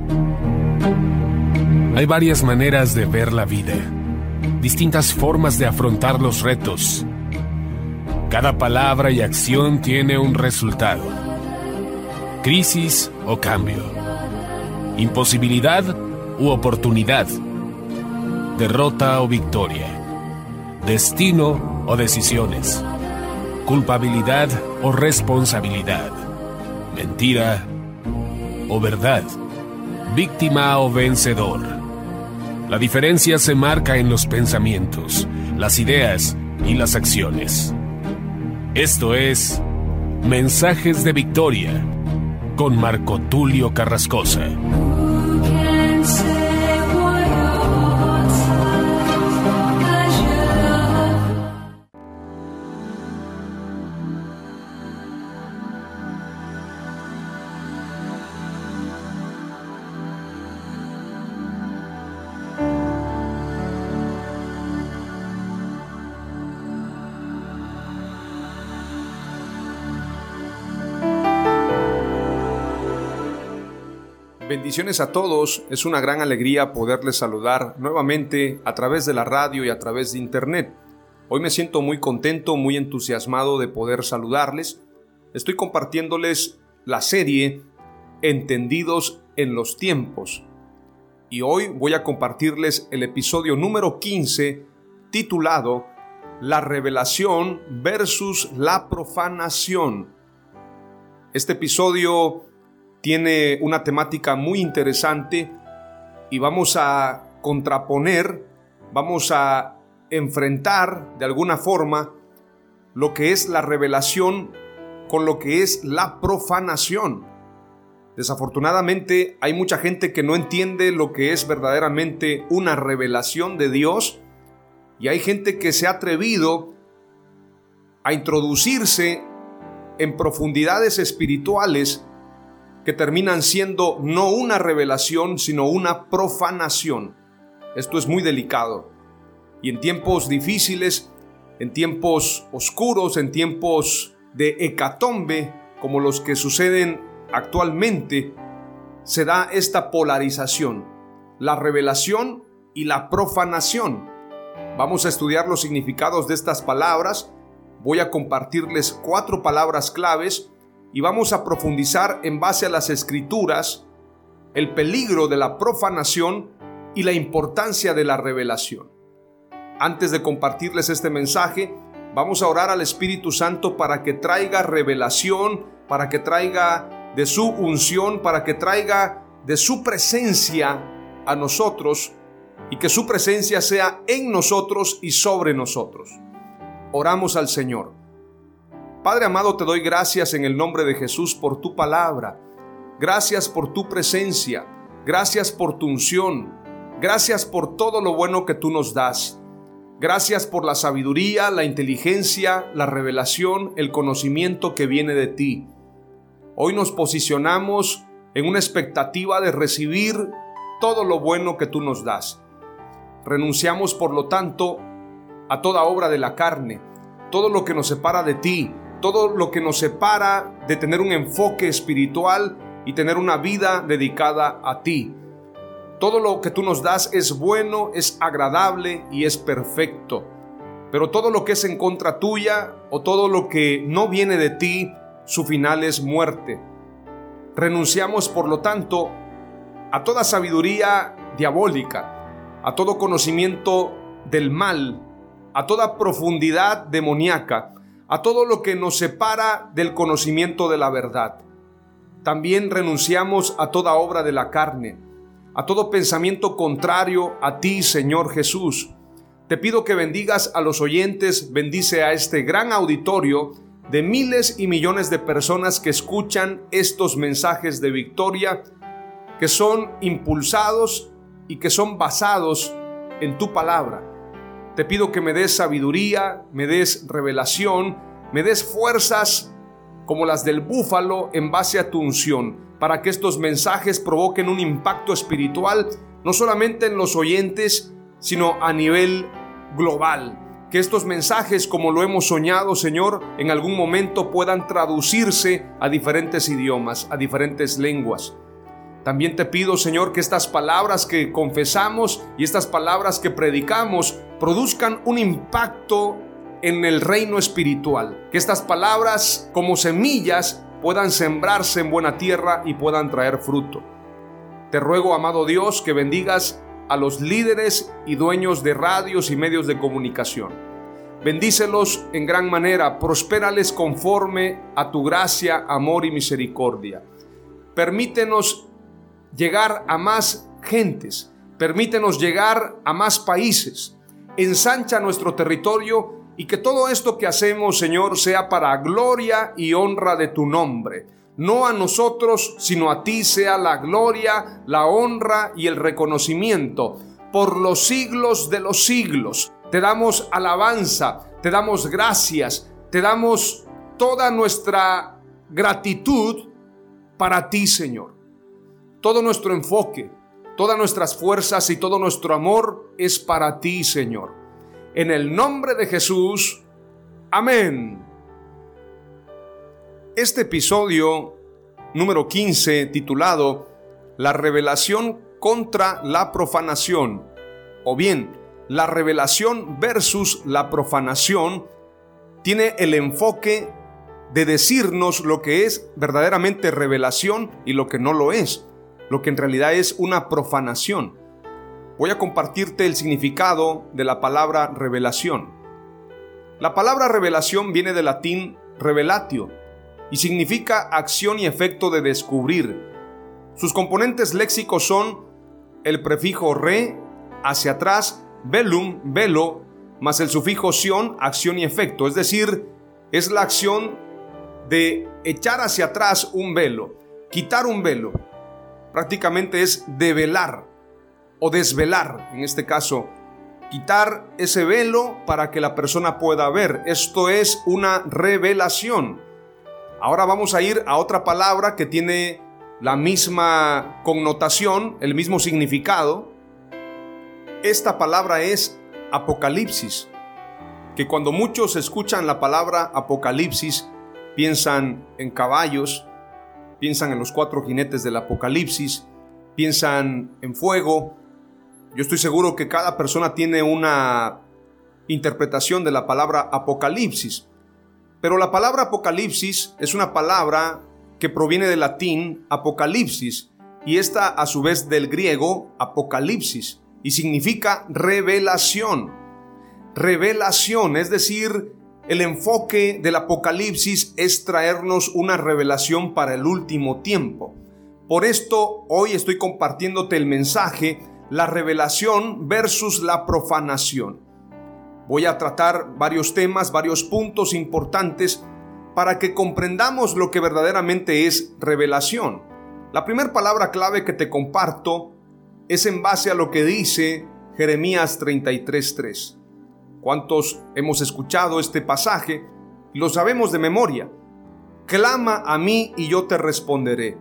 Hay varias maneras de ver la vida, distintas formas de afrontar los retos. Cada palabra y acción tiene un resultado. Crisis o cambio. Imposibilidad u oportunidad. Derrota o victoria. Destino o decisiones. Culpabilidad o responsabilidad. Mentira o verdad. Víctima o vencedor. La diferencia se marca en los pensamientos, las ideas y las acciones. Esto es Mensajes de Victoria con Marco Tulio Carrascosa. Bendiciones a todos, es una gran alegría poderles saludar nuevamente a través de la radio y a través de internet. Hoy me siento muy contento, muy entusiasmado de poder saludarles. Estoy compartiéndoles la serie Entendidos en los Tiempos. Y hoy voy a compartirles el episodio número 15, titulado La revelación versus la profanación. Este episodio tiene una temática muy interesante y vamos a contraponer, vamos a enfrentar de alguna forma lo que es la revelación con lo que es la profanación. Desafortunadamente hay mucha gente que no entiende lo que es verdaderamente una revelación de Dios y hay gente que se ha atrevido a introducirse en profundidades espirituales que terminan siendo no una revelación, sino una profanación. Esto es muy delicado. Y en tiempos difíciles, en tiempos oscuros, en tiempos de hecatombe, como los que suceden actualmente, se da esta polarización, la revelación y la profanación. Vamos a estudiar los significados de estas palabras. Voy a compartirles 4 palabras claves y vamos a profundizar en base a las Escrituras el peligro de la profanación y la importancia de la revelación. Antes de compartirles este mensaje, vamos a orar al Espíritu Santo para que traiga revelación, para que traiga de su unción, para que traiga de su presencia a nosotros y que su presencia sea en nosotros y sobre nosotros. Oramos al Señor. Padre amado, te doy gracias en el nombre de Jesús por tu palabra. Gracias por tu presencia. Gracias por tu unción. Gracias por todo lo bueno que tú nos das. Gracias por la sabiduría, la inteligencia, la revelación, el conocimiento que viene de ti. Hoy nos posicionamos en una expectativa de recibir todo lo bueno que tú nos das. Renunciamos, por lo tanto, a toda obra de la carne, todo lo que nos separa de ti, todo lo que nos separa de tener un enfoque espiritual y tener una vida dedicada a ti. Todo lo que tú nos das es bueno, es agradable y es perfecto. Pero todo lo que es en contra tuya o todo lo que no viene de ti, su final es muerte. Renunciamos, por lo tanto, a toda sabiduría diabólica, a todo conocimiento del mal, a toda profundidad demoníaca, a todo lo que nos separa del conocimiento de la verdad. También renunciamos a toda obra de la carne, a todo pensamiento contrario a ti, Señor Jesús. Te pido que bendigas a los oyentes, bendice a este gran auditorio de miles y millones de personas que escuchan estos mensajes de victoria, que son impulsados y que son basados en tu palabra. Te pido que me des sabiduría, me des revelación, me des fuerzas como las del búfalo en base a tu unción, para que estos mensajes provoquen un impacto espiritual, no solamente en los oyentes, sino a nivel global. Que estos mensajes, como lo hemos soñado, Señor, en algún momento puedan traducirse a diferentes idiomas, a diferentes lenguas. También te pido, Señor, que estas palabras que confesamos y estas palabras que predicamos produzcan un impacto en el reino espiritual. Que estas palabras, como semillas, puedan sembrarse en buena tierra y puedan traer fruto. Te ruego, amado Dios, que bendigas a los líderes y dueños de radios y medios de comunicación. Bendícelos en gran manera, prospérales conforme a tu gracia, amor y misericordia. Permítenos llegar a más gentes, permítenos llegar a más países. Ensancha nuestro territorio y que todo esto que hacemos, Señor, sea para gloria y honra de tu nombre. No a nosotros, sino a ti sea la gloria, la honra y el reconocimiento por los siglos de los siglos. Te damos alabanza, te damos gracias, te damos toda nuestra gratitud para ti, Señor. Todo nuestro enfoque, todas nuestras fuerzas y todo nuestro amor es para ti, Señor. En el nombre de Jesús, amén. Este episodio número 15, titulado La revelación contra la profanación, o bien, la revelación versus la profanación, tiene el enfoque de decirnos lo que es verdaderamente revelación y lo que no lo es, lo que en realidad es una profanación. Voy a compartirte el significado de la palabra revelación. La palabra revelación viene del latín revelatio y significa acción y efecto de descubrir. Sus componentes léxicos son el prefijo re, hacia atrás, velum, velo, más el sufijo sion, acción y efecto. Es decir, es la acción de echar hacia atrás un velo, quitar un velo. Prácticamente es develar o desvelar, en este caso, quitar ese velo para que la persona pueda ver. Esto es una revelación. Ahora vamos a ir a otra palabra que tiene la misma connotación, el mismo significado. Esta palabra es apocalipsis, que cuando muchos escuchan la palabra apocalipsis, piensan en caballos, piensan en los 4 jinetes del apocalipsis, piensan en fuego. Yo estoy seguro que cada persona tiene una interpretación de la palabra apocalipsis, pero la palabra apocalipsis es una palabra que proviene del latín apocalipsis y esta a su vez del griego apocalipsis y significa revelación. Revelación, es decir, el enfoque del apocalipsis es traernos una revelación para el último tiempo. Por esto hoy estoy compartiéndote el mensaje, la revelación versus la profanación. Voy a tratar varios temas, varios puntos importantes para que comprendamos lo que verdaderamente es revelación. La primera palabra clave que te comparto es en base a lo que dice Jeremías 33:3. ¿Cuántos hemos escuchado este pasaje y lo sabemos de memoria? Clama a mí y yo te responderé.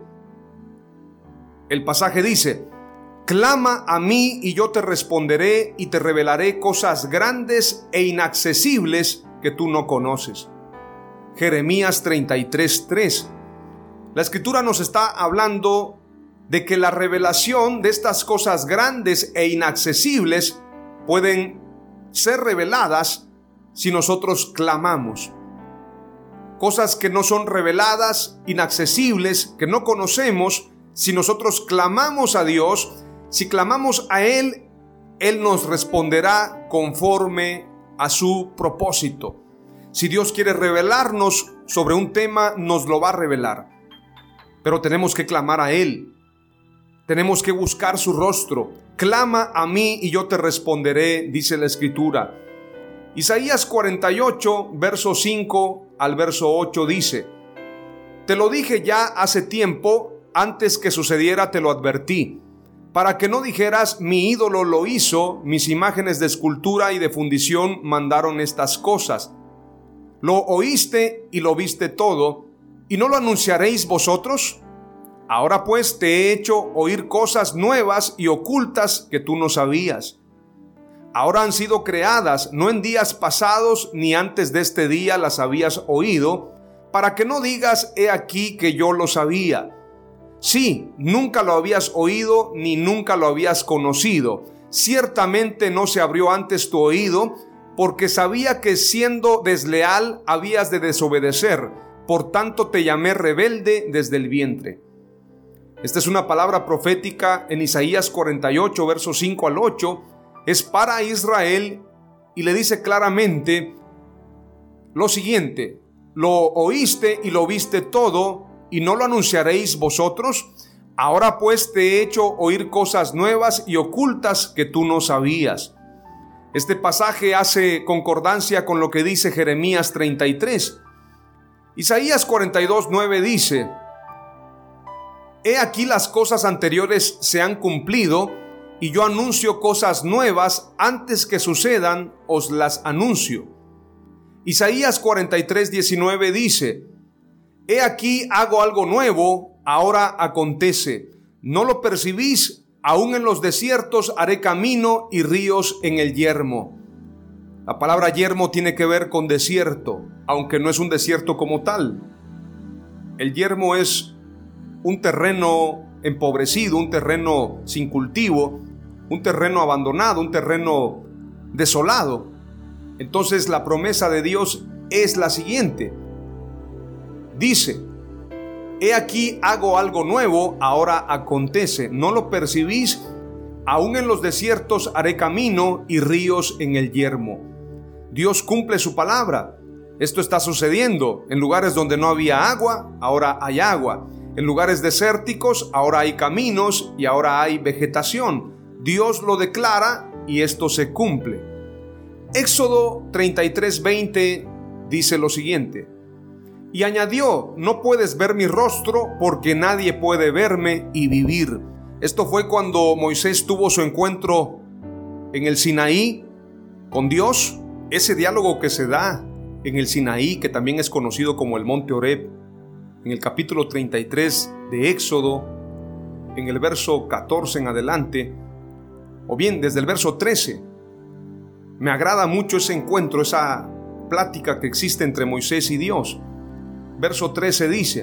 El pasaje dice: clama a mí y yo te responderé y te revelaré cosas grandes e inaccesibles que tú no conoces. Jeremías 33:3. La escritura nos está hablando de que la revelación de estas cosas grandes e inaccesibles pueden ser reveladas si nosotros clamamos. Cosas que no son reveladas, inaccesibles, que no conocemos, si nosotros clamamos a Dios, si clamamos a Él, Él nos responderá conforme a su propósito. Si Dios quiere revelarnos sobre un tema, nos lo va a revelar. Pero tenemos que clamar a Él. Tenemos que buscar su rostro. Clama a mí y yo te responderé, dice la Escritura. Isaías 48, verso 5 al verso 8 dice: te lo dije ya hace tiempo, antes que sucediera te lo advertí, para que no dijeras mi ídolo lo hizo, mis imágenes de escultura y de fundición mandaron estas cosas. Lo oíste y lo viste todo, ¿y no lo anunciaréis vosotros? Ahora pues te he hecho oír cosas nuevas y ocultas que tú no sabías. Ahora han sido creadas, no en días pasados ni antes de este día las habías oído, para que no digas he aquí que yo lo sabía. Sí, nunca lo habías oído ni nunca lo habías conocido. Ciertamente no se abrió antes tu oído, porque sabía que siendo desleal habías de desobedecer. Por tanto te llamé rebelde desde el vientre. Esta es una palabra profética en Isaías 48, versos 5 al 8. Es para Israel y le dice claramente lo siguiente: lo oíste y lo viste todo, y no lo anunciaréis vosotros. Ahora pues te he hecho oír cosas nuevas y ocultas que tú no sabías. Este pasaje hace concordancia con lo que dice Jeremías 33. Isaías 42, 9 dice: He aquí las cosas anteriores se han cumplido, y yo anuncio cosas nuevas, antes que sucedan os las anuncio. Isaías 43, 19 dice: He aquí hago algo nuevo, ahora acontece. ¿No lo percibís? Aún en los desiertos haré camino y ríos en el yermo. La palabra yermo tiene que ver con desierto, aunque no es un desierto como tal. El yermo es un terreno empobrecido, un terreno sin cultivo, un terreno abandonado, un terreno desolado. Entonces la promesa de Dios es la siguiente. Dice: He aquí hago algo nuevo, ahora acontece. ¿No lo percibís? Aún en los desiertos haré camino y ríos en el yermo. Dios cumple su palabra. Esto está sucediendo. En lugares donde no había agua, ahora hay agua. En lugares desérticos, ahora hay caminos y ahora hay vegetación. Dios lo declara y esto se cumple. Éxodo 33:20 dice lo siguiente: Y añadió: No puedes ver mi rostro, porque nadie puede verme y vivir. Esto fue cuando Moisés tuvo su encuentro en el Sinaí con Dios. Ese diálogo que se da en el Sinaí, que también es conocido como el Monte Horeb, en el capítulo 33 de Éxodo, en el verso 14 en adelante, o bien desde el verso 13. Me agrada mucho ese encuentro, esa plática que existe entre Moisés y Dios. Verso 13 dice: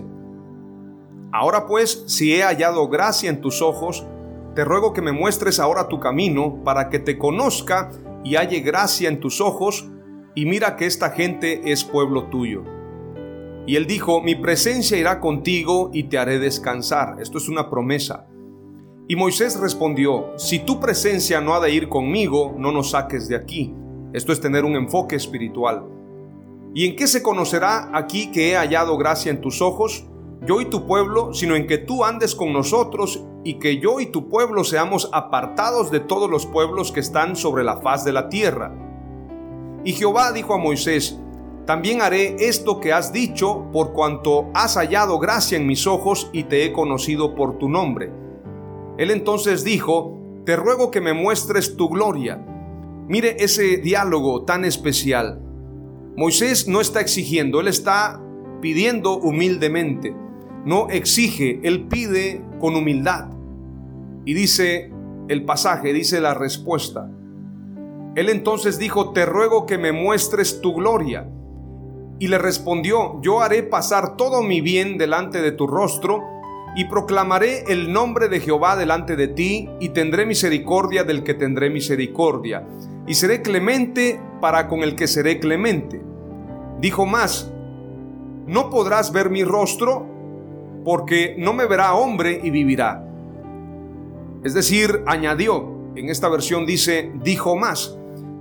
Ahora pues, si he hallado gracia en tus ojos, te ruego que me muestres ahora tu camino, para que te conozca y halle gracia en tus ojos, y mira que esta gente es pueblo tuyo. Y él dijo: Mi presencia irá contigo y te haré descansar. Esto es una promesa. Y Moisés respondió: Si tu presencia no ha de ir conmigo, no nos saques de aquí. Esto es tener un enfoque espiritual. ¿Y en qué se conocerá aquí que he hallado gracia en tus ojos, yo y tu pueblo, sino en que tú andes con nosotros y que yo y tu pueblo seamos apartados de todos los pueblos que están sobre la faz de la tierra? Y Jehová dijo a Moisés: También haré esto que has dicho, por cuanto has hallado gracia en mis ojos y te he conocido por tu nombre. Él entonces dijo: Te ruego que me muestres tu gloria. Mire ese diálogo tan especial. Moisés no está exigiendo, él está pidiendo humildemente. No exige, él pide con humildad. Y dice el pasaje, dice la respuesta. Él entonces dijo: Te ruego que me muestres tu gloria. Y le respondió: Yo haré pasar todo mi bien delante de tu rostro, y proclamaré el nombre de Jehová delante de ti, y tendré misericordia del que tendré misericordia, y seré clemente para con el que seré clemente. Dijo más: No podrás ver mi rostro, porque no me verá hombre y vivirá. Es decir, añadió. En esta versión dice: dijo más,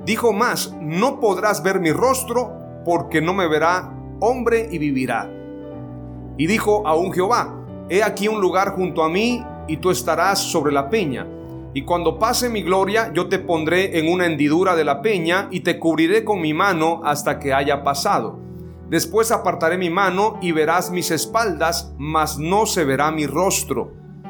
no podrás ver mi rostro, porque no me verá hombre y vivirá. Y dijo aún Jehová: He aquí un lugar junto a mí, y tú estarás sobre la peña. Y cuando pase mi gloria, yo te pondré en una hendidura de la peña, y te cubriré con mi mano hasta que haya pasado. Después apartaré mi mano, y verás mis espaldas, mas no se verá mi rostro.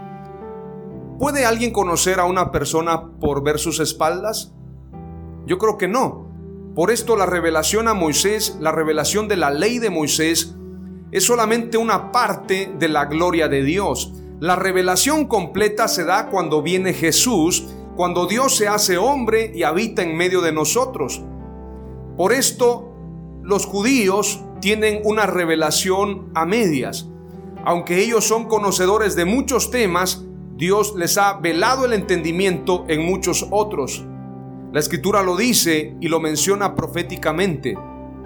¿Puede alguien conocer a una persona por ver sus espaldas? Yo creo que no. Por esto la revelación a Moisés, la revelación de la ley de Moisés, es solamente una parte de la gloria de Dios. La revelación completa se da cuando viene Jesús, cuando Dios se hace hombre y habita en medio de nosotros. Por esto, los judíos tienen una revelación a medias. Aunque ellos son conocedores de muchos temas, Dios les ha velado el entendimiento en muchos otros. La Escritura lo dice y lo menciona proféticamente.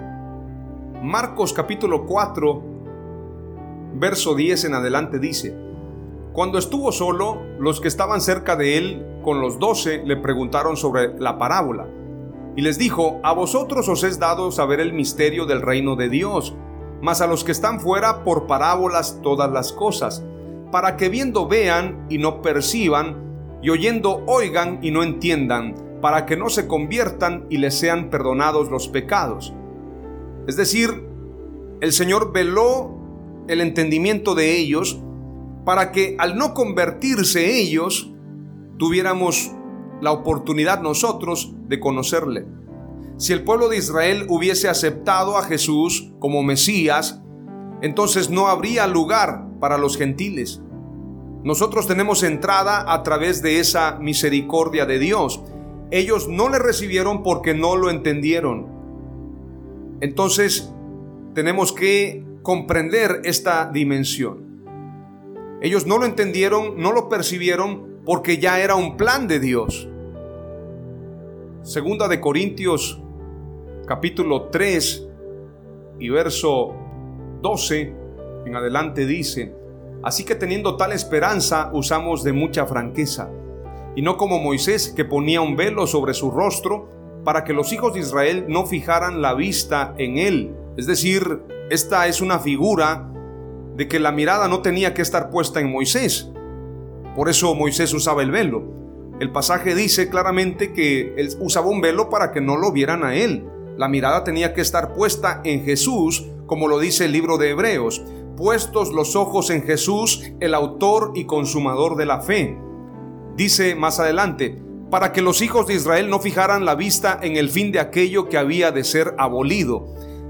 Marcos capítulo 4, verso 10 en adelante dice: Cuando estuvo solo, los que estaban cerca de él con los 12 le preguntaron sobre la parábola. Y les dijo: A vosotros os es dado saber el misterio del reino de Dios, mas a los que están fuera por parábolas todas las cosas, para que viendo vean y no perciban, y oyendo oigan y no entiendan, para que no se conviertan y les sean perdonados los pecados. Es decir, el Señor veló el entendimiento de ellos para que al no convertirse ellos, tuviéramos la oportunidad nosotros de conocerle. Si el pueblo de Israel hubiese aceptado a Jesús como Mesías, entonces no habría lugar para los gentiles. Nosotros tenemos entrada a través de esa misericordia de Dios. Ellos no le recibieron porque no lo entendieron. Entonces tenemos que comprender esta dimensión. Ellos no lo entendieron, no lo percibieron porque ya era un plan de Dios. Segunda de Corintios capítulo 3 y verso 12 en adelante dice: Así que teniendo tal esperanza usamos de mucha franqueza, y no como Moisés, que ponía un velo sobre su rostro para que los hijos de Israel no fijaran la vista en él. Es decir, esta es una figura de que la mirada no tenía que estar puesta en Moisés. Por eso Moisés usaba el velo. El pasaje dice claramente que él usaba un velo para que no lo vieran a él. La mirada tenía que estar puesta en Jesús, como lo dice el libro de Hebreos: puestos los ojos en Jesús, el autor y consumador de la fe. Dice más adelante: para que los hijos de Israel no fijaran la vista en el fin de aquello que había de ser abolido.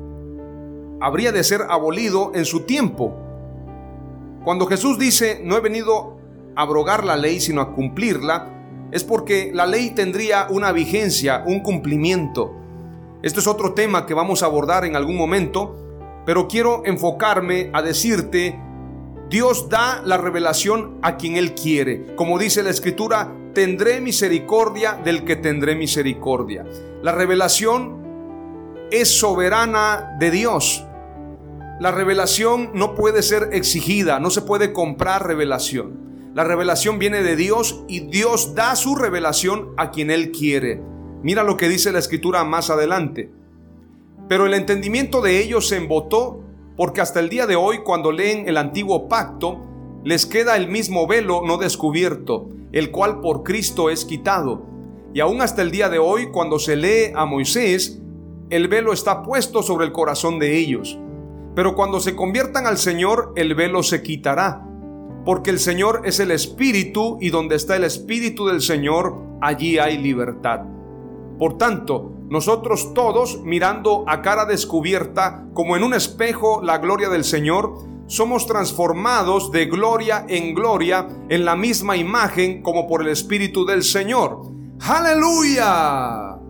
Habría de ser abolido en su tiempo. Cuando Jesús dice: no he venido a abrogar la ley sino a cumplirla, es porque la ley tendría una vigencia, un cumplimiento. Esto es otro tema que vamos a abordar en algún momento, pero quiero enfocarme a decirte: Dios da la revelación a quien Él quiere. Como dice la Escritura: tendré misericordia del que tendré misericordia. La revelación es soberana de Dios. La revelación no puede ser exigida, no se puede comprar revelación. La revelación viene de Dios y Dios da su revelación a quien Él quiere. Mira lo que dice la Escritura más adelante: pero el entendimiento de ellos se embotó, porque hasta el día de hoy, cuando leen el antiguo pacto, les queda el mismo velo no descubierto, el cual por Cristo es quitado. Y aún hasta el día de hoy, cuando se lee a Moisés, el velo está puesto sobre el corazón de ellos. Pero cuando se conviertan al Señor, el velo se quitará, porque el Señor es el Espíritu, y donde está el Espíritu del Señor, allí hay libertad. Por tanto, nosotros todos, mirando a cara descubierta, como en un espejo, la gloria del Señor, somos transformados de gloria en gloria en la misma imagen como por el Espíritu del Señor. ¡Aleluya!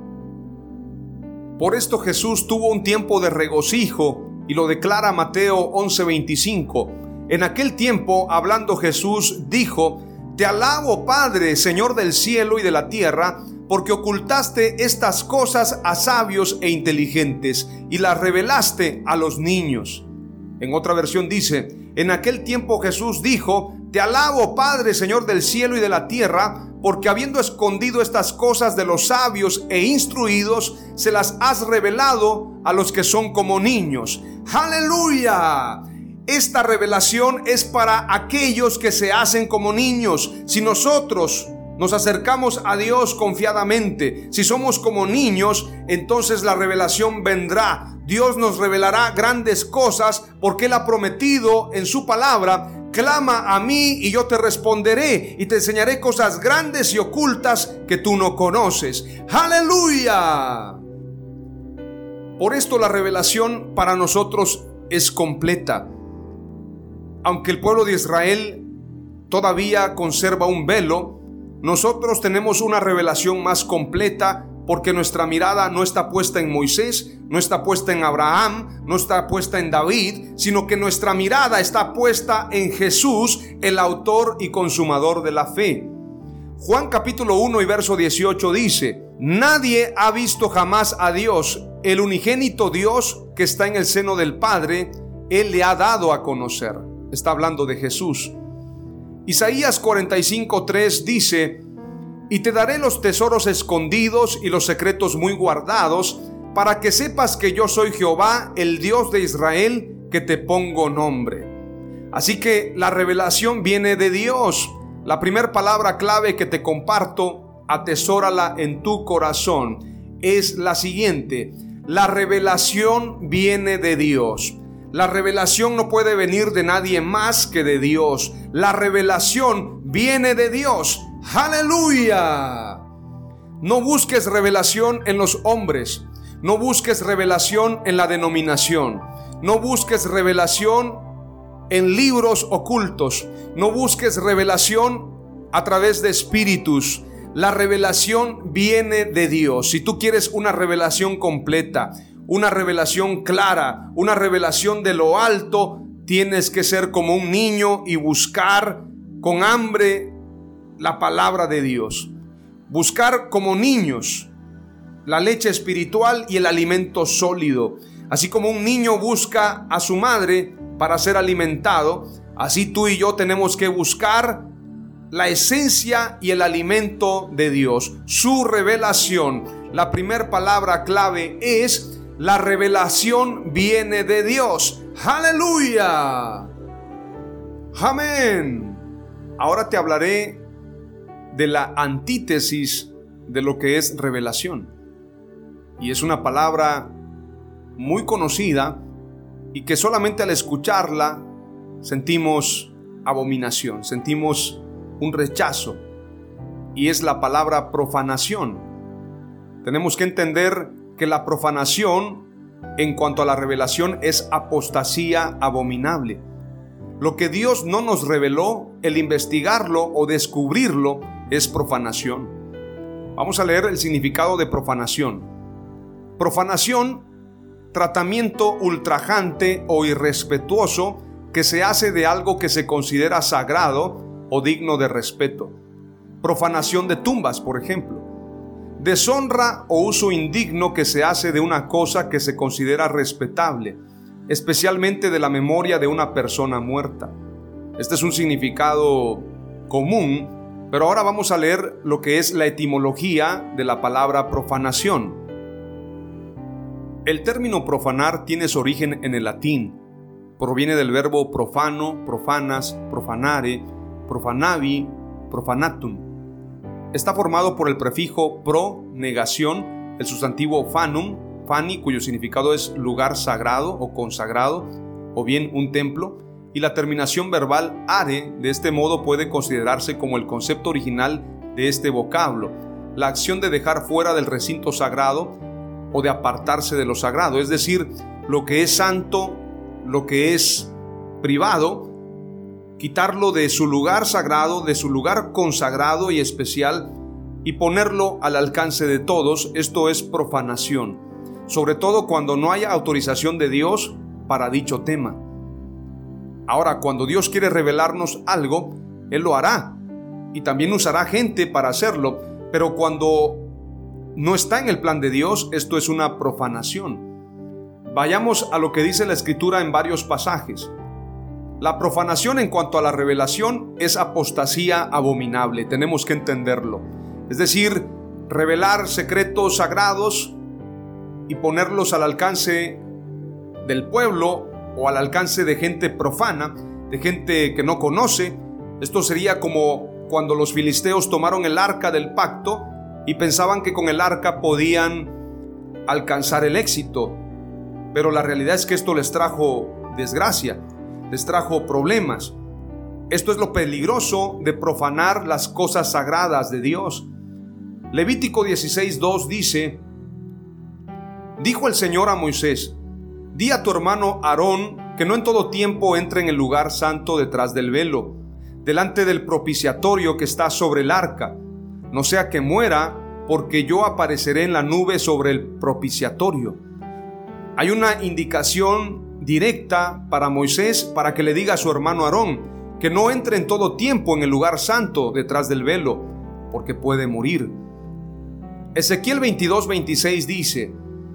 Por esto Jesús tuvo un tiempo de regocijo, y lo declara Mateo 11:25. En aquel tiempo, hablando Jesús, dijo: Te alabo, Padre, Señor del cielo y de la tierra, porque ocultaste estas cosas a sabios e inteligentes y las revelaste a los niños. En otra versión dice: en aquel tiempo Jesús dijo: Te alabo, Padre, Señor del cielo y de la tierra, porque habiendo escondido estas cosas de los sabios e instruidos, se las has revelado a los que son como niños. ¡Aleluya! Esta revelación es para aquellos que se hacen como niños. Si nosotros nos acercamos a Dios confiadamente, si somos como niños, entonces la revelación vendrá. Dios nos revelará grandes cosas porque Él ha prometido en su palabra: clama a mí y yo te responderé y te enseñaré cosas grandes y ocultas que tú no conoces. ¡Aleluya! Por esto la revelación para nosotros es completa. Aunque el pueblo de Israel todavía conserva un velo, nosotros tenemos una revelación más completa porque nuestra mirada no está puesta en Moisés, no está puesta en Abraham, no está puesta en David, sino que nuestra mirada está puesta en Jesús, el autor y consumador de la fe. Juan capítulo 1 y verso 18 dice: nadie ha visto jamás a Dios, el unigénito Dios que está en el seno del Padre, Él le ha dado a conocer. Está hablando de Jesús. Isaías 45:3 dice: y te daré los tesoros escondidos y los secretos muy guardados, para que sepas que yo soy Jehová, el Dios de Israel, que te pongo nombre. Así que la revelación viene de Dios. La primera palabra clave que te comparto, atesórala en tu corazón, es la siguiente: la revelación viene de Dios. La revelación no puede venir de nadie más que de Dios. La revelación viene de Dios. ¡Aleluya! No busques revelación en los hombres. No busques revelación en la denominación. No busques revelación en libros ocultos. No busques revelación a través de espíritus. La revelación viene de Dios. Si tú quieres una revelación completa, una revelación clara, una revelación de lo alto, tienes que ser como un niño y buscar con hambre la palabra de Dios. Buscar como niños la leche espiritual y el alimento sólido. Así como un niño busca a su madre para ser alimentado, así tú y yo tenemos que buscar la esencia y el alimento de Dios, su revelación. La primera palabra clave es: la revelación viene de Dios. ¡Aleluya! ¡Amén! Ahora te hablaré de la antítesis de lo que es revelación. Y es una palabra muy conocida y que solamente al escucharla sentimos abominación, sentimos un rechazo. Y es la palabra profanación. Tenemos que entender que la profanación en cuanto a la revelación es apostasía abominable. Lo que Dios no nos reveló, el investigarlo o descubrirlo, es profanación. Vamos a leer el significado de profanación. Profanación: tratamiento ultrajante o irrespetuoso que se hace de algo que se considera sagrado o digno de respeto. Profanación de tumbas, por ejemplo. Deshonra o uso indigno que se hace de una cosa que se considera respetable, especialmente de la memoria de una persona muerta. Este es un significado común, pero ahora vamos a leer lo que es la etimología de la palabra profanación. El término profanar tiene su origen en el latín. Proviene del verbo profano, profanas, profanare, profanavi, profanatum. Está formado por el prefijo pro, negación, el sustantivo fanum, fani, cuyo significado es lugar sagrado o consagrado, o bien un templo, y la terminación verbal are. De este modo puede considerarse como el concepto original de este vocablo, la acción de dejar fuera del recinto sagrado o de apartarse de lo sagrado, es decir, lo que es santo, lo que es privado, quitarlo de su lugar sagrado, de su lugar consagrado y especial, y ponerlo al alcance de todos. Esto es profanación, sobre todo cuando no haya autorización de Dios para dicho tema. Ahora, cuando Dios quiere revelarnos algo, Él lo hará, y también usará gente para hacerlo, pero cuando no está en el plan de Dios, esto es una profanación. Vayamos a lo que dice la Escritura en varios pasajes. La profanación en cuanto a la revelación es apostasía abominable, tenemos que entenderlo. Es decir, revelar secretos sagrados y ponerlos al alcance del pueblo o al alcance de gente profana, de gente que no conoce. Esto sería como cuando los filisteos tomaron el arca del pacto y pensaban que con el arca podían alcanzar el éxito, pero la realidad es que esto les trajo desgracia, les trajo problemas. Esto es lo peligroso de profanar las cosas sagradas de Dios. Levítico 16:2 dice: dijo el Señor a Moisés: di a tu hermano Aarón que no en todo tiempo entre en el lugar santo detrás del velo, delante del propiciatorio que está sobre el arca, no sea que muera porque yo apareceré en la nube sobre el propiciatorio. Hay una indicación directa para Moisés para que le diga a su hermano Aarón que no entre en todo tiempo en el lugar santo detrás del velo, porque puede morir. Ezequiel 22:26 dice: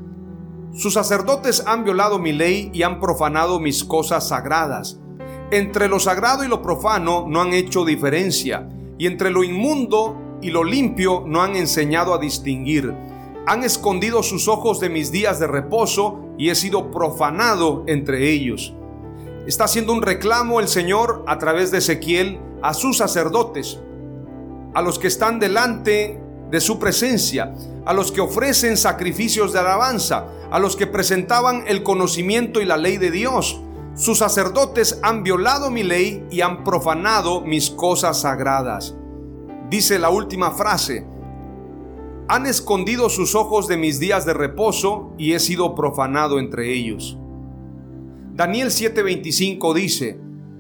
sus sacerdotes han violado mi ley y han profanado mis cosas sagradas. Entre lo sagrado y lo profano no han hecho diferencia, y entre lo inmundo y lo limpio no han enseñado a distinguir. Han escondido sus ojos de mis días de reposo y he sido profanado entre ellos. Está haciendo un reclamo el Señor a través de Ezequiel a sus sacerdotes, a los que están delante de su presencia, a los que ofrecen sacrificios de alabanza, a los que presentaban el conocimiento y la ley de Dios. Sus sacerdotes han violado mi ley y han profanado mis cosas sagradas. Dice la última frase: han escondido sus ojos de mis días de reposo y he sido profanado entre ellos. Daniel 7:25 dice: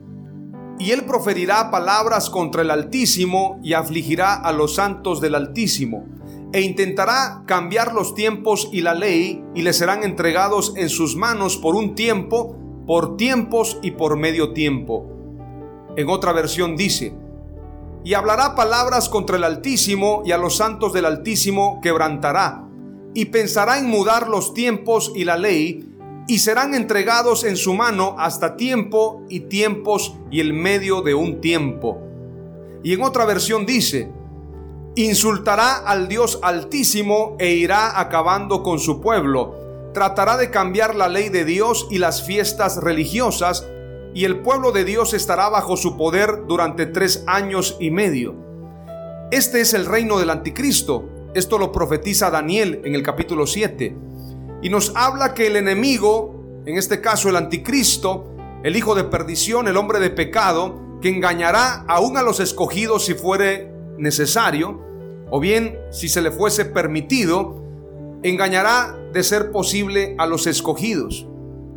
y él proferirá palabras contra el Altísimo y afligirá a los santos del Altísimo, e intentará cambiar los tiempos y la ley, y le serán entregados en sus manos por un tiempo, por tiempos y por medio tiempo. En otra versión dice: y hablará palabras contra el Altísimo, y a los santos del Altísimo quebrantará, y pensará en mudar los tiempos y la ley, y serán entregados en su mano hasta tiempo y tiempos y el medio de un tiempo. Y en otra versión dice: insultará al Dios Altísimo e irá acabando con su pueblo. Tratará de cambiar la ley de Dios y las fiestas religiosas, y el pueblo de Dios estará bajo su poder durante 3 años y medio. Este es el reino del anticristo. Esto lo profetiza Daniel en el capítulo 7. Y nos habla que el enemigo, en este caso el anticristo, el hijo de perdición, el hombre de pecado, que engañará aún a los escogidos si fuere necesario, o bien si se le fuese permitido, engañará de ser posible a los escogidos.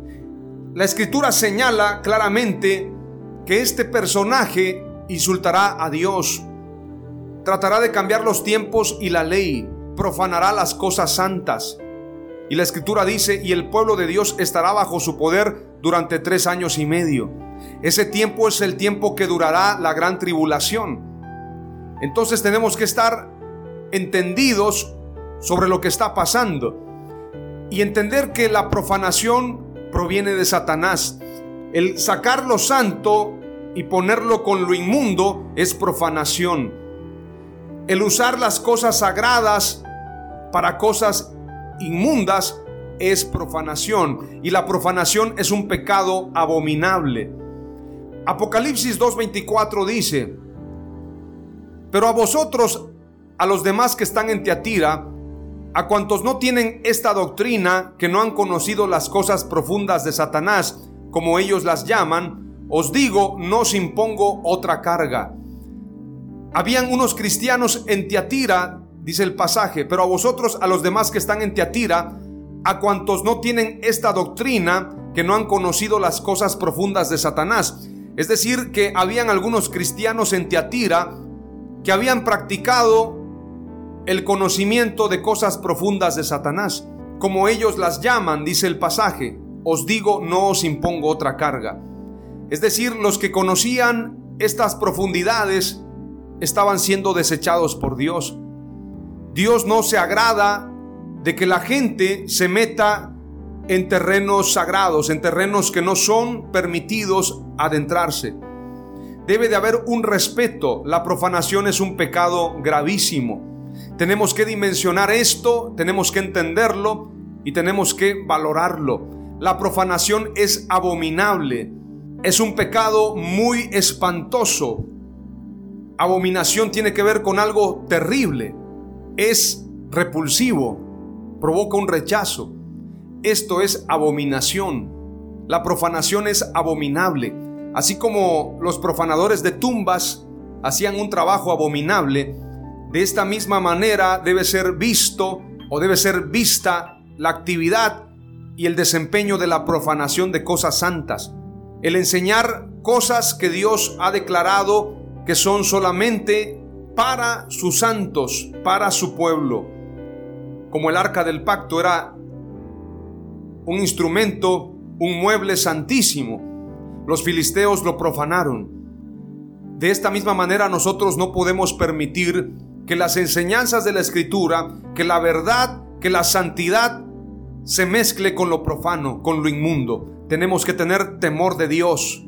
La escritura señala claramente que este personaje insultará a Dios, tratará de cambiar los tiempos y la ley, profanará las cosas santas. Y la escritura dice: y el pueblo de Dios estará bajo su poder durante 3 años y medio. Ese tiempo es el tiempo que durará la gran tribulación. Entonces tenemos que estar entendidos sobre lo que está pasando y entender que la profanación proviene de Satanás. El sacar lo santo y ponerlo con lo inmundo es profanación. El usar las cosas sagradas para cosas inmundas es profanación, y la profanación es un pecado abominable. Apocalipsis 2:24 dice: pero a vosotros, a los demás que están en Tiatira, a cuantos no tienen esta doctrina, que no han conocido las cosas profundas de Satanás, como ellos las llaman, os digo, no os impongo otra carga. Habían unos cristianos en Tiatira, dice el pasaje: pero a vosotros, a los demás que están en Tiatira, a cuantos no tienen esta doctrina, que no han conocido las cosas profundas de Satanás. Es decir, que habían algunos cristianos en Tiatira que habían practicado el conocimiento de cosas profundas de Satanás, como ellos las llaman, dice el pasaje: os digo, no os impongo otra carga. Es decir, los que conocían estas profundidades estaban siendo desechados por Dios. Dios no se agrada de que la gente se meta en terrenos sagrados, en terrenos que no son permitidos adentrarse. Debe de haber un respeto. La profanación es un pecado gravísimo. Tenemos que dimensionar esto, tenemos que entenderlo y tenemos que valorarlo. La profanación es abominable, es un pecado muy espantoso. Abominación tiene que ver con algo terrible, es repulsivo, provoca un rechazo. Esto es abominación. La profanación es abominable. Así como los profanadores de tumbas hacían un trabajo abominable, de esta misma manera debe ser visto o debe ser vista la actividad y el desempeño de la profanación de cosas santas. El enseñar cosas que Dios ha declarado que son solamente para sus santos, para su pueblo. Como el arca del pacto era un instrumento, un mueble santísimo, los filisteos lo profanaron. De esta misma manera nosotros no podemos permitir que las enseñanzas de la Escritura, que la verdad, que la santidad se mezcle con lo profano, con lo inmundo. Tenemos que tener temor de Dios.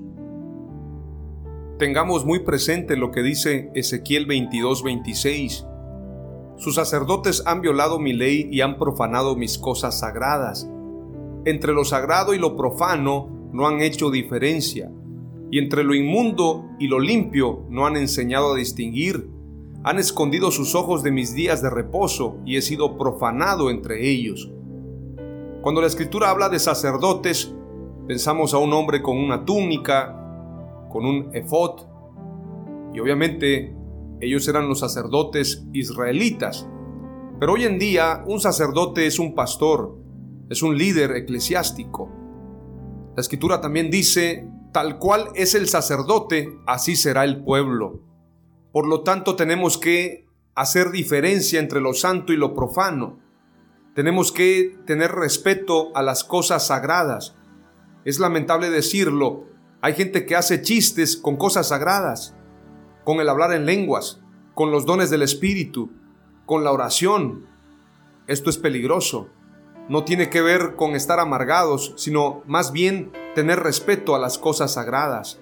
Tengamos muy presente lo que dice Ezequiel 22:26. Sus sacerdotes han violado mi ley y han profanado mis cosas sagradas. Entre lo sagrado y lo profano no han hecho diferencia, y entre lo inmundo y lo limpio no han enseñado a distinguir. Han escondido sus ojos de mis días de reposo y he sido profanado entre ellos. Cuando la Escritura habla de sacerdotes, pensamos a un hombre con una túnica, con un efod, y obviamente ellos eran los sacerdotes israelitas. Pero hoy en día un sacerdote es un pastor, es un líder eclesiástico. La Escritura también dice: tal cual es el sacerdote, así será el pueblo. Por lo tanto, tenemos que hacer diferencia entre lo santo y lo profano. Tenemos que tener respeto a las cosas sagradas. Es lamentable decirlo, hay gente que hace chistes con cosas sagradas, con el hablar en lenguas, con los dones del Espíritu, con la oración. Esto es peligroso. No tiene que ver con estar amargados, sino más bien tener respeto a las cosas sagradas.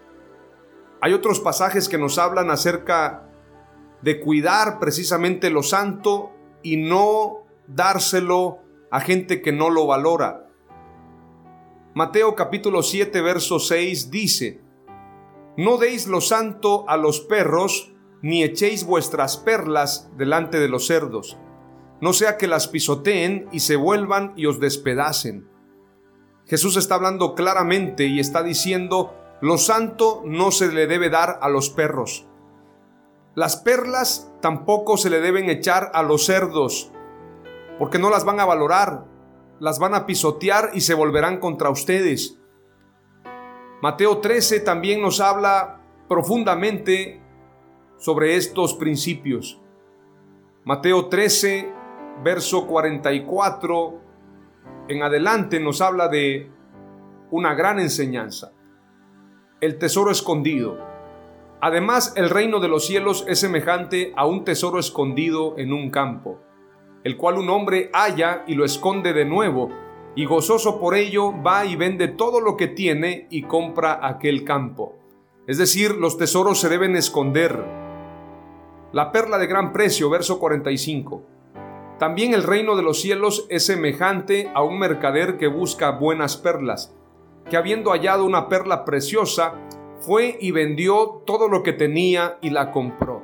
Hay otros pasajes que nos hablan acerca de cuidar precisamente lo santo y no dárselo a gente que no lo valora. Mateo capítulo 7, verso 6 dice: no deis lo santo a los perros, ni echéis vuestras perlas delante de los cerdos, no sea que las pisoteen y se vuelvan y os despedacen. Jesús está hablando claramente y está diciendo: lo santo no se le debe dar a los perros. Las perlas tampoco se le deben echar a los cerdos, porque no las van a valorar, las van a pisotear y se volverán contra ustedes. Mateo 13 también nos habla profundamente sobre estos principios. Mateo 13, verso 44 en adelante nos habla de una gran enseñanza: el tesoro escondido. Además, el reino de los cielos es semejante a un tesoro escondido en un campo, el cual un hombre halla y lo esconde de nuevo, y gozoso por ello va y vende todo lo que tiene y compra aquel campo. Es decir, los tesoros se deben esconder. La perla de gran precio, verso 45. También el reino de los cielos es semejante a un mercader que busca buenas perlas, que habiendo hallado una perla preciosa, fue y vendió todo lo que tenía y la compró.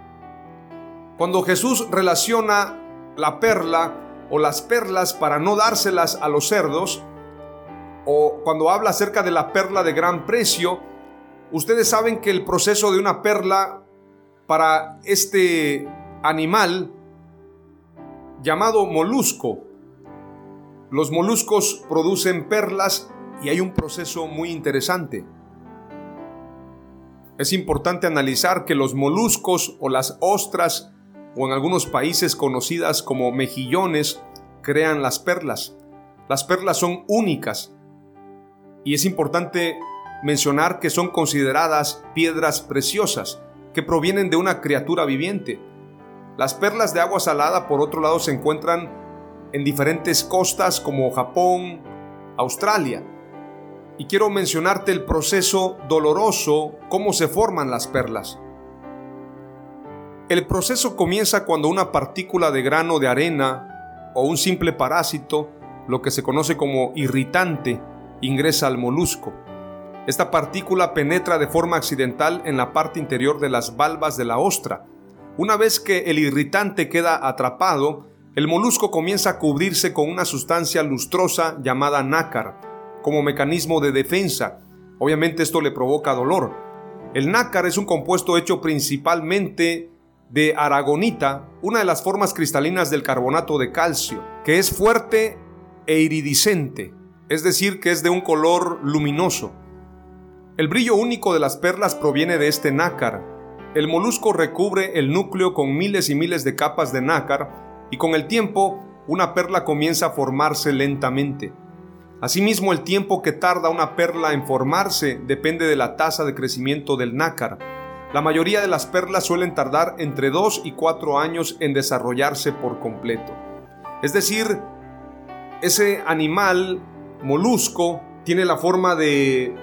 Cuando Jesús relaciona la perla o las perlas para no dárselas a los cerdos, o cuando habla acerca de la perla de gran precio, ustedes saben que el proceso de una perla para este animal llamado molusco, los moluscos producen perlas y hay un proceso muy interesante. Es importante analizar que los moluscos o las ostras, o en algunos países conocidas como mejillones, crean las perlas. Las perlas son únicas y es importante mencionar que son consideradas piedras preciosas que provienen de una criatura viviente. Las perlas de agua salada, por otro lado, se encuentran en diferentes costas como Japón, Australia. Y quiero mencionarte el proceso doloroso, cómo se forman las perlas. El proceso comienza cuando una partícula de grano de arena o un simple parásito, lo que se conoce como irritante, ingresa al molusco. Esta partícula penetra de forma accidental en la parte interior de las valvas de la ostra. Una vez que el irritante queda atrapado, el molusco comienza a cubrirse con una sustancia lustrosa llamada nácar, como mecanismo de defensa. Obviamente esto le provoca dolor. El nácar es un compuesto hecho principalmente de aragonita, una de las formas cristalinas del carbonato de calcio, que es fuerte e iridiscente, es decir, que es de un color luminoso. El brillo único de las perlas proviene de este nácar. el molusco recubre el núcleo con miles y miles de capas de nácar y con el tiempo una perla comienza a formarse lentamente. Asimismo, el tiempo que tarda una perla en formarse depende de la tasa de crecimiento del nácar. La mayoría de las perlas suelen tardar entre 2 y 4 años en desarrollarse por completo. Es decir, ese animal molusco tiene la forma de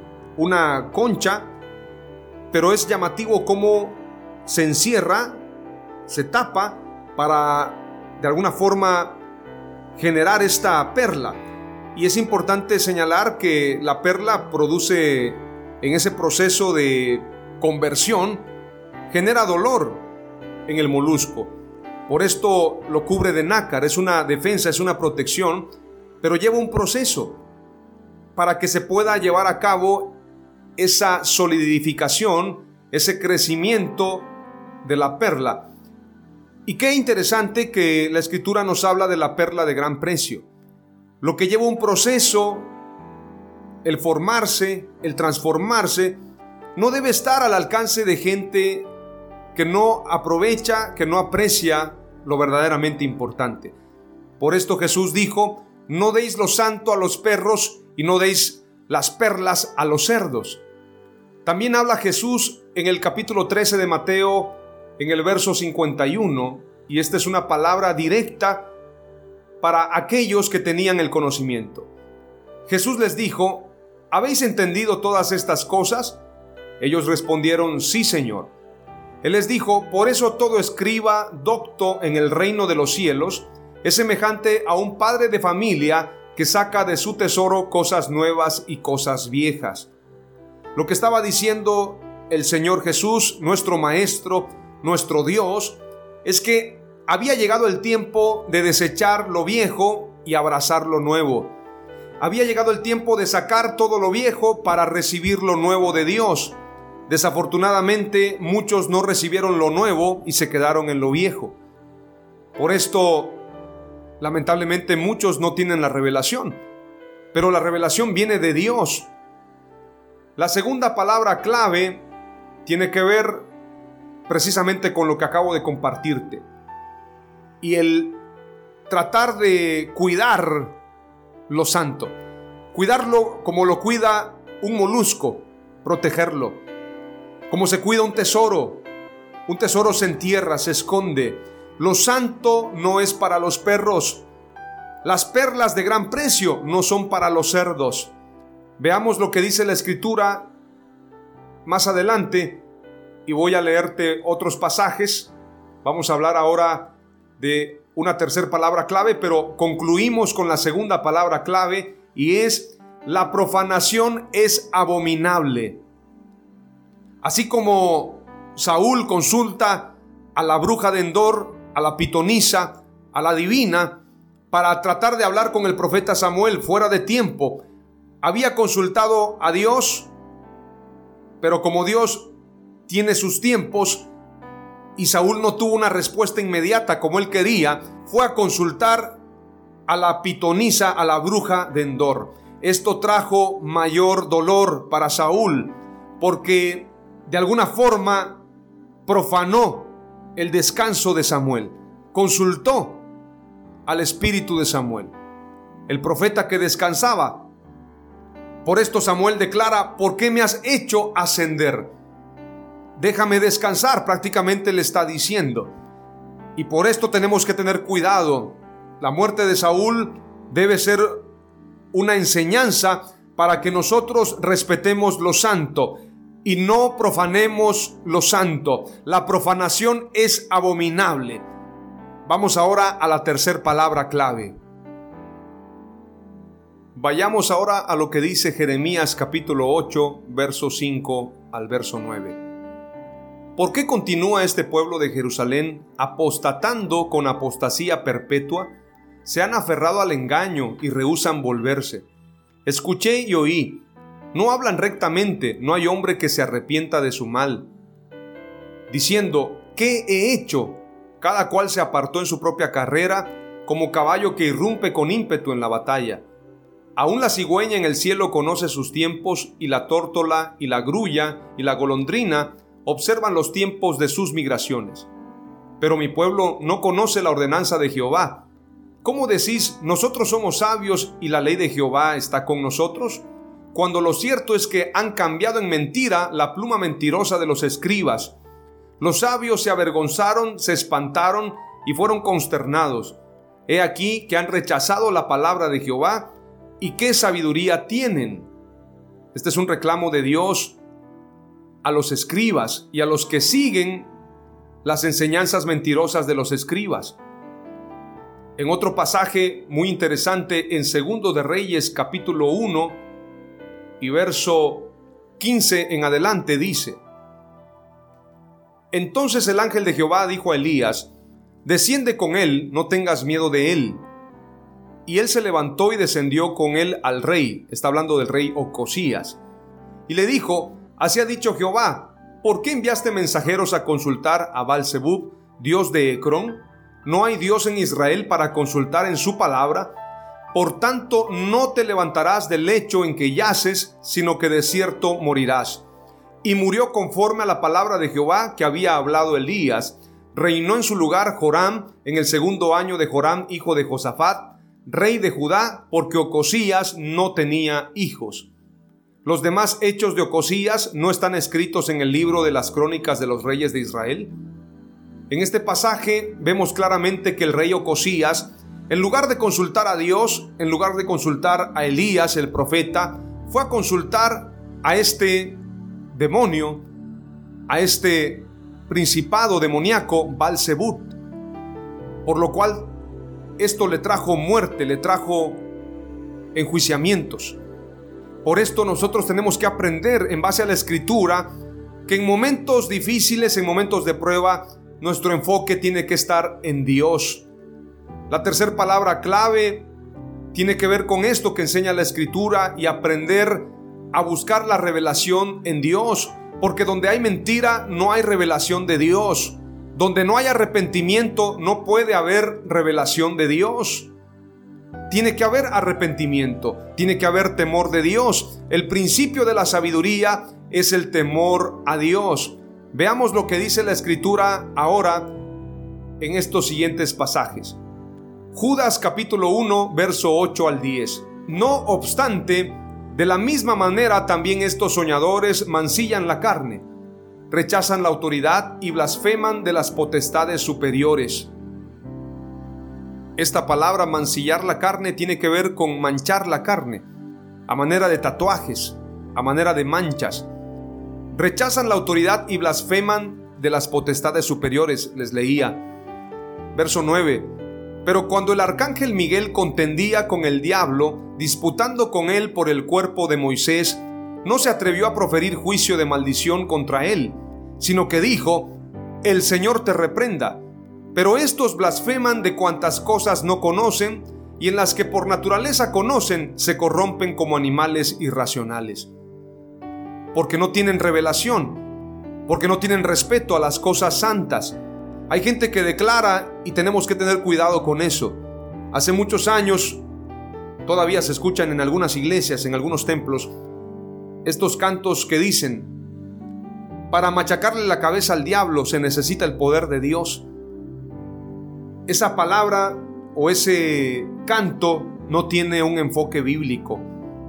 una concha, pero es llamativo cómo se encierra, se tapa para de alguna forma generar esta perla. Y es importante señalar que la perla produce, en ese proceso de conversión, genera dolor en el molusco. Por esto lo cubre de nácar, es una defensa, es una protección, pero lleva un proceso para que se pueda llevar a cabo esa solidificación, ese crecimiento de la perla. Y qué interesante que la Escritura nos habla de la perla de gran precio. Lo que lleva un proceso, el formarse, el transformarse, no debe estar al alcance de gente que no aprovecha, que no aprecia lo verdaderamente importante. Por esto Jesús dijo: no deis lo santo a los perros y no deis las perlas a los cerdos. También habla Jesús en el capítulo 13 de Mateo, en el verso 51, y esta es una palabra directa para aquellos que tenían el conocimiento. Jesús les dijo: ¿habéis entendido todas estas cosas? Ellos respondieron: sí, Señor. Él les dijo: por eso todo escriba docto en el reino de los cielos es semejante a un padre de familia que saca de su tesoro cosas nuevas y cosas viejas. Lo que estaba diciendo el Señor Jesús, nuestro Maestro, nuestro Dios, es que había llegado el tiempo de desechar lo viejo y abrazar lo nuevo. Había llegado el tiempo de sacar todo lo viejo para recibir lo nuevo de Dios. Desafortunadamente, muchos no recibieron lo nuevo y se quedaron en lo viejo. Por esto, lamentablemente, muchos no tienen la revelación. Pero la revelación viene de Dios. La segunda palabra clave tiene que ver precisamente con lo que acabo de compartirte. Y el tratar de cuidar lo santo. Cuidarlo como lo cuida un molusco, protegerlo. Como se cuida un tesoro se entierra, se esconde. Lo santo no es para los perros. Las perlas de gran precio no son para los cerdos. Veamos lo que dice la Escritura más adelante y voy a leerte otros pasajes. Vamos a hablar ahora de una tercera palabra clave, pero concluimos con la segunda palabra clave y es: la profanación es abominable. Así como Saúl consulta a la bruja de Endor, a la pitonisa, a la divina, para tratar de hablar con el profeta Samuel fuera de tiempo, había consultado a Dios, pero como Dios tiene sus tiempos y Saúl no tuvo una respuesta inmediata como él quería, fue a consultar a la pitonisa, a la bruja de Endor. Esto trajo mayor dolor para Saúl, porque de alguna forma profanó el descanso de Samuel. Consultó al espíritu de Samuel, el profeta que descansaba. Por esto Samuel declara: ¿por qué me has hecho ascender? Déjame descansar, prácticamente le está diciendo. Y por esto tenemos que tener cuidado. La muerte de Saúl debe ser una enseñanza para que nosotros respetemos lo santo y no profanemos lo santo. La profanación es abominable. Vamos ahora a la tercera palabra clave. Vayamos ahora a lo que dice Jeremías capítulo 8, verso 5 al verso 9. ¿Por qué continúa este pueblo de Jerusalén apostatando con apostasía perpetua? Se han aferrado al engaño y rehúsan volverse. Escuché y oí. No hablan rectamente, no hay hombre que se arrepienta de su mal. Diciendo: ¿qué he hecho? Cada cual se apartó en su propia carrera, como caballo que irrumpe con ímpetu en la batalla. Aún la cigüeña en el cielo conoce sus tiempos, y la tórtola, y la grulla, y la golondrina observan los tiempos de sus migraciones. Pero mi pueblo no conoce la ordenanza de Jehová. ¿Cómo decís, nosotros somos sabios y la ley de Jehová está con nosotros? Cuando lo cierto es que han cambiado en mentira la pluma mentirosa de los escribas. Los sabios se avergonzaron, se espantaron y fueron consternados. He aquí que han rechazado la palabra de Jehová, y qué sabiduría tienen. Este es un reclamo de Dios a los escribas y a los que siguen las enseñanzas mentirosas de los escribas. En otro pasaje muy interesante, en 2 de Reyes capítulo 1 y verso 15 en adelante, dice: Entonces el ángel de Jehová dijo a Elías: Desciende con él, no tengas miedo de él. Y él se levantó y descendió con él al rey. Está hablando del rey Ocosías. Y le dijo: Así ha dicho Jehová: ¿Por qué enviaste mensajeros a consultar a Baal-zebub, dios de Ecrón? ¿No hay Dios en Israel para consultar en su palabra? Por tanto, no te levantarás del lecho en que yaces, sino que de cierto morirás. Y murió conforme a la palabra de Jehová que había hablado Elías. Reinó en su lugar Joram en el 2.º año de Joram, hijo de Josafat, rey de Judá, porque Ocosías no tenía hijos. Los demás hechos de Ocosías no están escritos en el libro de las crónicas de los reyes de Israel. En este pasaje vemos claramente que el rey Ocosías, en lugar de consultar a Dios, en lugar de consultar a Elías el profeta, fue a consultar a este demonio, a este principado demoníaco Baal-zebub, por lo cual esto le trajo muerte, le trajo enjuiciamientos. Por esto nosotros tenemos que aprender en base a la Escritura que en momentos difíciles, en momentos de prueba, nuestro enfoque tiene que estar en Dios. La tercera palabra clave tiene que ver con esto que enseña la Escritura y aprender a buscar la revelación en Dios, porque donde hay mentira no hay revelación de Dios. Donde no hay arrepentimiento no puede haber revelación de Dios. Tiene que haber arrepentimiento, tiene que haber temor de Dios. El principio de la sabiduría es el temor a Dios. Veamos lo que dice la Escritura ahora en estos siguientes pasajes. Judas capítulo 1, verso 8 al 10. No obstante, de la misma manera también estos soñadores mancillan la carne, rechazan la autoridad y blasfeman de las potestades superiores. Esta palabra mancillar la carne tiene que ver con manchar la carne, a manera de tatuajes, a manera de manchas. Rechazan la autoridad y blasfeman de las potestades superiores. Les leía. Verso 9. Pero cuando el arcángel Miguel contendía con el diablo, disputando con él por el cuerpo de Moisés, no se atrevió a proferir juicio de maldición contra él, sino que dijo: El Señor te reprenda. Pero estos blasfeman de cuantas cosas no conocen, y en las que por naturaleza conocen, se corrompen como animales irracionales. Porque no tienen revelación, porque no tienen respeto a las cosas santas. Hay gente que declara, y tenemos que tener cuidado con eso. Hace muchos años, todavía se escuchan en algunas iglesias, en algunos templos, estos cantos que dicen: para machacarle la cabeza al diablo se necesita el poder de Dios. Esa palabra o ese canto no tiene un enfoque bíblico.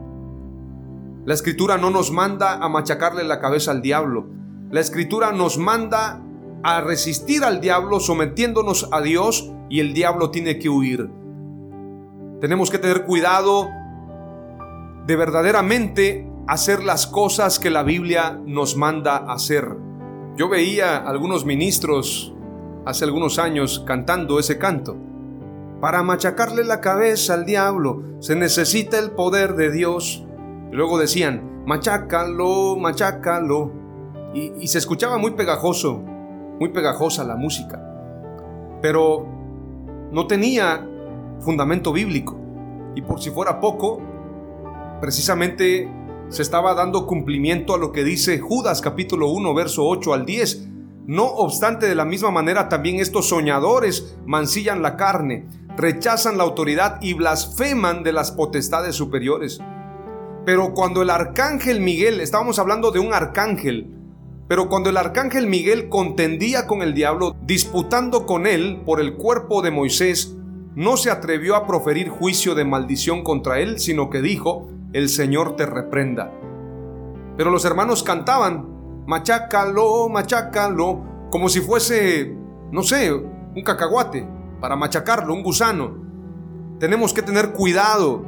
La Escritura no nos manda a machacarle la cabeza al diablo. La Escritura nos manda a resistir al diablo sometiéndonos a Dios, y el diablo tiene que huir. Tenemos que tener cuidado de verdaderamente hacer las cosas que la Biblia nos manda hacer. Yo veía a algunos ministros hace algunos años cantando ese canto. Para machacarle la cabeza al diablo se necesita el poder de Dios. Y luego decían: machácalo, machácalo. Y se escuchaba muy pegajoso, muy pegajosa la música, pero no tenía fundamento bíblico. Y por si fuera poco, precisamente se estaba dando cumplimiento a lo que dice Judas capítulo 1, verso 8 al 10. No obstante, de la misma manera también estos soñadores mancillan la carne, rechazan la autoridad y blasfeman de las potestades superiores. Pero cuando el arcángel Miguel, estábamos hablando de un arcángel, Pero cuando el arcángel Miguel contendía con el diablo, disputando con él por el cuerpo de Moisés, no se atrevió a proferir juicio de maldición contra él, sino que dijo: el Señor te reprenda. Pero los hermanos cantaban: machácalo, machácalo, como si fuese, no sé, un cacahuate, para machacarlo, un gusano. Tenemos que tener cuidado.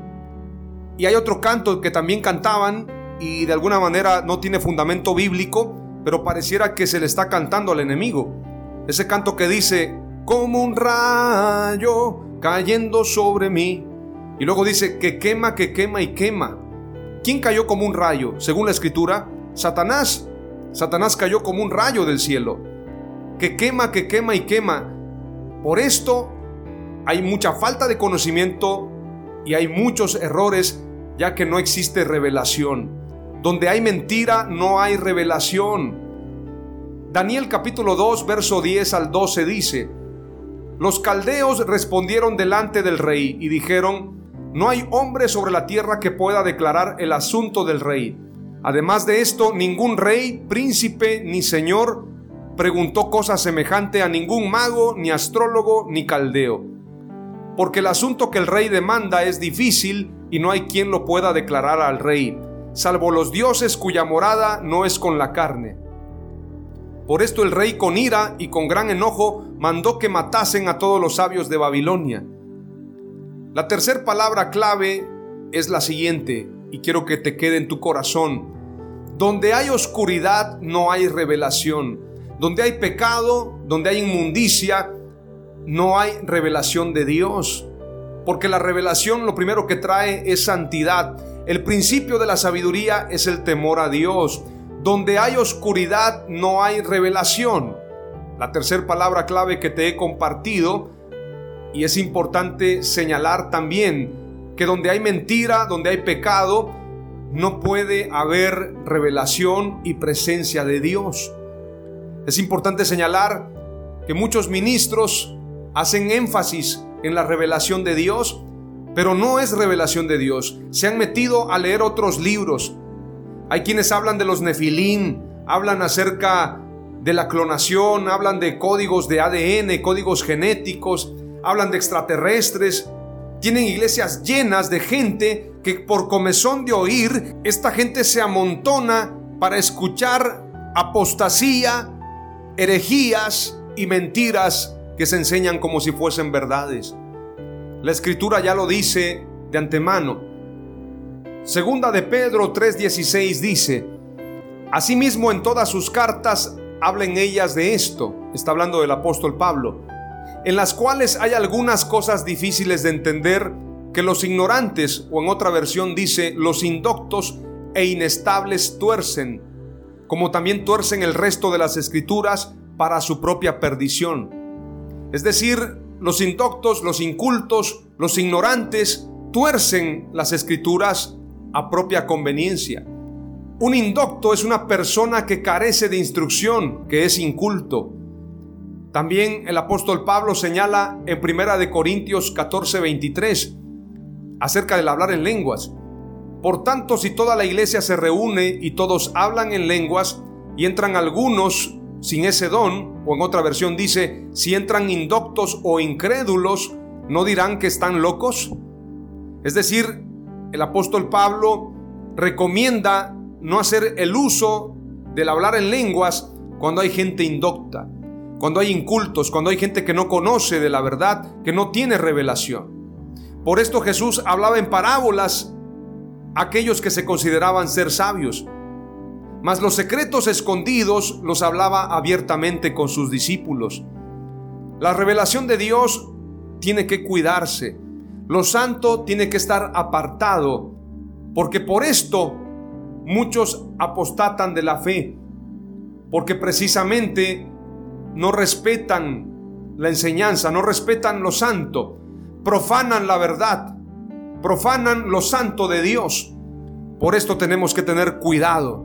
Y hay otro canto que también cantaban y de alguna manera no tiene fundamento bíblico, pero pareciera que se le está cantando al enemigo. Ese canto que dice: como un rayo cayendo sobre mí. Y luego dice que quema y quema. ¿Quién cayó como un rayo? Según la escritura, Satanás. Satanás cayó como un rayo del cielo. Que quema y quema. Por esto hay mucha falta de conocimiento y hay muchos errores, ya que no existe revelación. Donde hay mentira, no hay revelación. Daniel capítulo 2, verso 10 al 12 dice: los caldeos respondieron delante del rey y dijeron: no hay hombre sobre la tierra que pueda declarar el asunto del rey. Además de esto, ningún rey, príncipe ni señor preguntó cosa semejante a ningún mago, ni astrólogo, ni caldeo. Porque el asunto que el rey demanda es difícil y no hay quien lo pueda declarar al rey, salvo los dioses cuya morada no es con la carne. Por esto el rey, con ira y con gran enojo, mandó que matasen a todos los sabios de Babilonia. La tercera palabra clave es la siguiente, y quiero que te quede en tu corazón: donde hay oscuridad no hay revelación. Donde hay pecado, donde hay inmundicia, no hay revelación de Dios. Porque la revelación lo primero que trae es santidad. El principio de la sabiduría es el temor a Dios. Donde hay oscuridad no hay revelación. La tercera palabra clave que te he compartido, y es importante señalar también, que donde hay mentira, donde hay pecado, no puede haber revelación y presencia de Dios. Es importante señalar que muchos ministros hacen énfasis en la revelación de Dios, pero no es revelación de Dios. Se han metido a leer otros libros. Hay quienes hablan de los Nefilín, hablan acerca de la clonación, hablan de códigos de ADN, códigos genéticos, hablan de extraterrestres. Tienen iglesias llenas de gente que por comezón de oír, esta gente se amontona para escuchar apostasía, herejías y mentiras que se enseñan como si fuesen verdades. La escritura ya lo dice de antemano. Segunda de Pedro 3:16 dice: asimismo en todas sus cartas hablen ellas de esto. Está hablando del apóstol Pablo, en las cuales hay algunas cosas difíciles de entender, que los ignorantes, o en otra versión dice, los indoctos e inestables tuercen, como también tuercen el resto de las escrituras para su propia perdición. Es decir, los indoctos, los incultos, los ignorantes tuercen las escrituras a propia conveniencia. Un indocto es una persona que carece de instrucción, que es inculto. También el apóstol Pablo señala en 1 Corintios 14:23 acerca del hablar en lenguas. Por tanto, si toda la iglesia se reúne y todos hablan en lenguas y entran algunos sin ese don, o en otra versión dice, si entran indoctos o incrédulos, ¿no dirán que están locos? Es decir, el apóstol Pablo recomienda no hacer el uso del hablar en lenguas cuando hay gente indocta, cuando hay incultos, cuando hay gente que no conoce de la verdad, que no tiene revelación. Por esto Jesús hablaba en parábolas a aquellos que se consideraban ser sabios, mas los secretos escondidos los hablaba abiertamente con sus discípulos. La revelación de Dios tiene que cuidarse. Lo santo tiene que estar apartado, porque por esto muchos apostatan de la fe, porque precisamente no respetan la enseñanza, no respetan lo santo, profanan la verdad, profanan lo santo de Dios. Por esto tenemos que tener cuidado,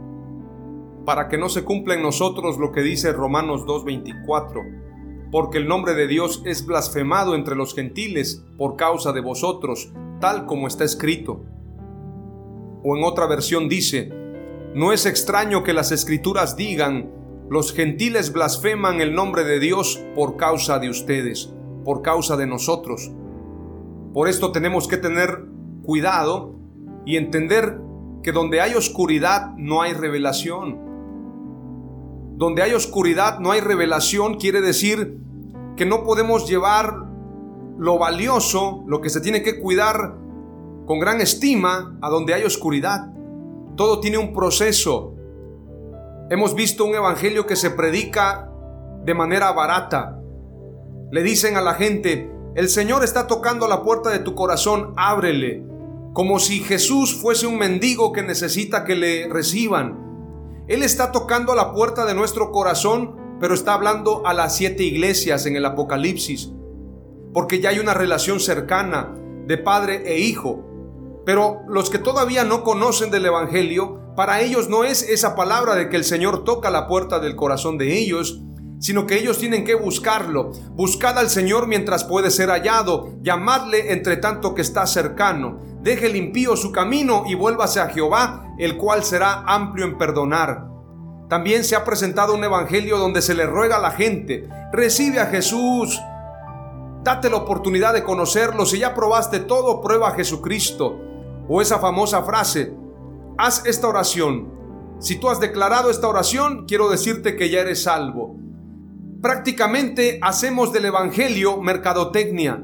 para que no se cumpla en nosotros lo que dice Romanos 2:24, porque el nombre de Dios es blasfemado entre los gentiles por causa de vosotros, tal como está escrito. O en otra versión dice, No es extraño que las Escrituras digan: los gentiles blasfeman el nombre de Dios por causa de ustedes, por causa de nosotros. Por esto tenemos que tener cuidado y entender que donde hay oscuridad no hay revelación. Donde hay oscuridad no hay revelación quiere decir que no podemos llevar lo valioso, lo que se tiene que cuidar con gran estima, a donde hay oscuridad. Todo tiene un proceso. Hemos visto un evangelio que se predica de manera barata. Le dicen a la gente: el Señor está tocando la puerta de tu corazón, ábrele. Como si Jesús fuese un mendigo que necesita que le reciban. Él está tocando a la puerta de nuestro corazón, pero está hablando a las 7 iglesias en el Apocalipsis, porque ya hay una relación cercana de padre e hijo. Pero los que todavía no conocen del evangelio, para ellos no es esa palabra de que el Señor toca la puerta del corazón de ellos, sino que ellos tienen que buscarlo. Buscad al Señor mientras puede ser hallado, llamadle entre tanto que está cercano. Deje el impío su camino y vuélvase a Jehová, el cual será amplio en perdonar. También se ha presentado un evangelio donde se le ruega a la gente: recibe a Jesús, date la oportunidad de conocerlo. Si ya probaste todo, prueba a Jesucristo. O esa famosa frase: haz esta oración. Si tú has declarado esta oración, quiero decirte que ya eres salvo. Prácticamente hacemos del evangelio mercadotecnia,